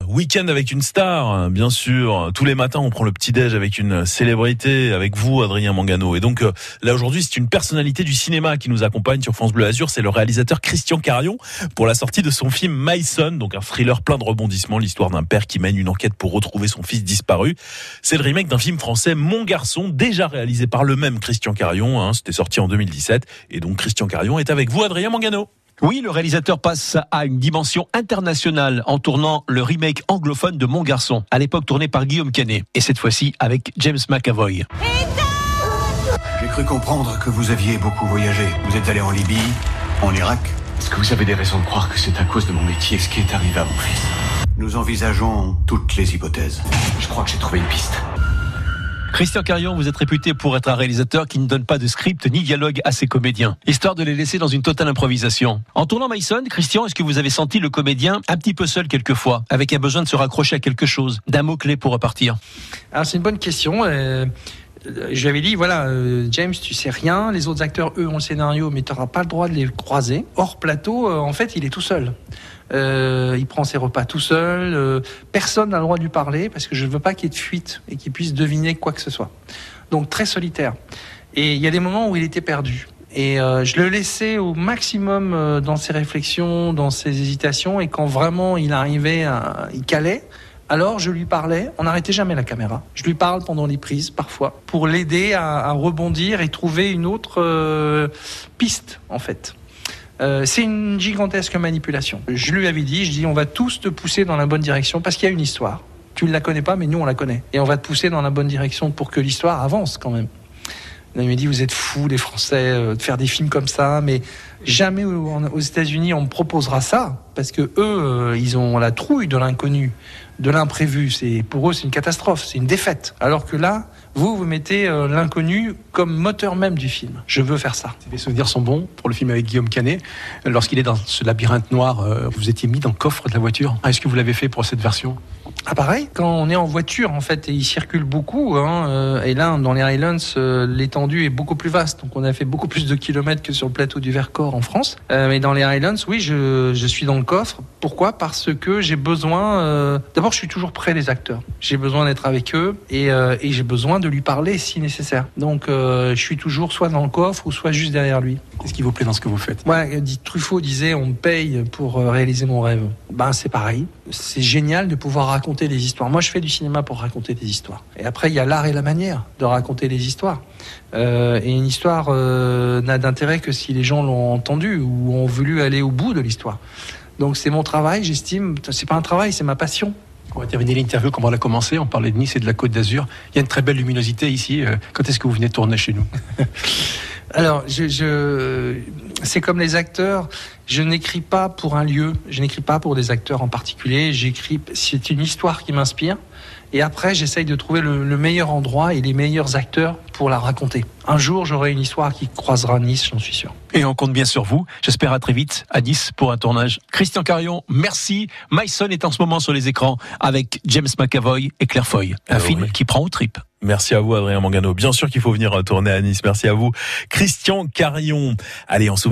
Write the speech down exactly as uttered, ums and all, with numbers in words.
week-end avec une star, bien sûr. Tous les matins, on prend le petit-déj avec une célébrité, avec vous, Adrien Mangano. Et donc, là, aujourd'hui, c'est une personnalité du cinéma qui nous accompagne sur France Bleu Azur. C'est le réalisateur Christian Carion pour la sortie de son film My Son, donc un thriller plein de rebondissements, l'histoire d'un père qui mène une enquête pour retrouver son fils disparu. C'est le remake d'un film français, Mon Garçon, déjà réalisé par le même Christian Carion. Hein, c'était sorti en deux mille dix-sept. Et donc, Christian Carion est avec vous, Adrien Mangano. Oui, le réalisateur passe à une dimension internationale en tournant le remake anglophone de Mon Garçon, à l'époque tourné par Guillaume Canet, et cette fois-ci avec James McAvoy. J'ai cru comprendre que vous aviez beaucoup voyagé. Vous êtes allé en Libye, en Irak. Est-ce que vous avez des raisons de croire que c'est à cause de mon métier ce qui est arrivé à mon fils? Nous envisageons toutes les hypothèses. Je crois que j'ai trouvé une piste. Christian Carion, vous êtes réputé pour être un réalisateur qui ne donne pas de script ni dialogue à ses comédiens, histoire de les laisser dans une totale improvisation. En tournant My Son, Christian, est-ce que vous avez senti le comédien un petit peu seul quelquefois, avec un besoin de se raccrocher à quelque chose, d'un mot-clé pour repartir? Alors c'est une bonne question. Euh... Je lui avais dit, voilà, euh, James, tu sais rien. Les autres acteurs, eux, ont le scénario, mais tu n'auras pas le droit de les croiser. Hors plateau, euh, en fait, il est tout seul. Euh, il prend ses repas tout seul. Euh, personne n'a le droit de lui parler parce que je ne veux pas qu'il y ait de fuite et qu'il puisse deviner quoi que ce soit. Donc, très solitaire. Et il y a des moments où il était perdu. Et euh, je le laissais au maximum euh, dans ses réflexions, dans ses hésitations. Et quand vraiment il arrivait, à, il calait, alors je lui parlais, on n'arrêtait jamais la caméra. Je lui parle pendant les prises, parfois, pour l'aider à, à rebondir et trouver une autre euh, piste, en fait. Euh, c'est une gigantesque manipulation. Je lui avais dit, je dis, on va tous te pousser dans la bonne direction parce qu'il y a une histoire. Tu ne la connais pas, mais nous, on la connaît. Et on va te pousser dans la bonne direction pour que l'histoire avance, quand même. Il m'a dit, vous êtes fous, les Français, euh, de faire des films comme ça, mais jamais aux États-Unis on me proposera ça, parce que eux, euh, ils ont la trouille de l'inconnu, de l'imprévu. C'est, pour eux, c'est une catastrophe, c'est une défaite. Alors que là, vous, vous mettez euh, l'inconnu comme moteur même du film. Je veux faire ça. Les souvenirs sont bons pour le film avec Guillaume Canet. Lorsqu'il est dans ce labyrinthe noir, euh, vous étiez mis dans le coffre de la voiture. Est-ce que vous l'avez fait pour cette version ? Ah pareil, quand on est en voiture en fait et il circule beaucoup, hein, euh, et là dans les Highlands euh, l'étendue est beaucoup plus vaste, donc on a fait beaucoup plus de kilomètres que sur le plateau du Vercors en France. Euh, mais dans les Highlands, oui, je, je suis dans le coffre. Pourquoi ? Parce que j'ai besoin. Euh, d'abord, je suis toujours près des acteurs. J'ai besoin d'être avec eux et, euh, et j'ai besoin de lui parler si nécessaire. Donc euh, je suis toujours soit dans le coffre ou soit juste derrière lui. Qu'est-ce qui vous plaît dans ce que vous faites ? Ouais, dit Truffaut disait on me paye pour réaliser mon rêve. Ben c'est pareil. C'est génial de pouvoir raconter des histoires. Moi, je fais du cinéma pour raconter des histoires. Et après, il y a l'art et la manière de raconter les histoires. Euh, et une histoire euh, n'a d'intérêt que si les gens l'ont entendue ou ont voulu aller au bout de l'histoire. Donc, c'est mon travail, j'estime. C'est pas un travail, c'est ma passion. On va terminer l'interview comme on l'a commencé. On parlait de Nice et de la Côte d'Azur. Il y a une très belle luminosité ici. Quand est-ce que vous venez tourner chez nous ? Alors, je, je, c'est comme les acteurs. Je n'écris pas pour un lieu. Je n'écris pas pour des acteurs en particulier. J'écris. C'est une histoire qui m'inspire. Et après, j'essaye de trouver le, le meilleur endroit et les meilleurs acteurs pour la raconter. Un jour, j'aurai une histoire qui croisera Nice, j'en suis sûr. Et on compte bien sur vous. J'espère à très vite à Nice pour un tournage. Christian Carion, merci. My Son est en ce moment sur les écrans avec James McAvoy et Claire Foy. Un ah, film oui. qui prend aux tripes. Merci à vous, Adrien Mangano. Bien sûr qu'il faut venir tourner à Nice. Merci à vous, Christian Carion. Allez, on se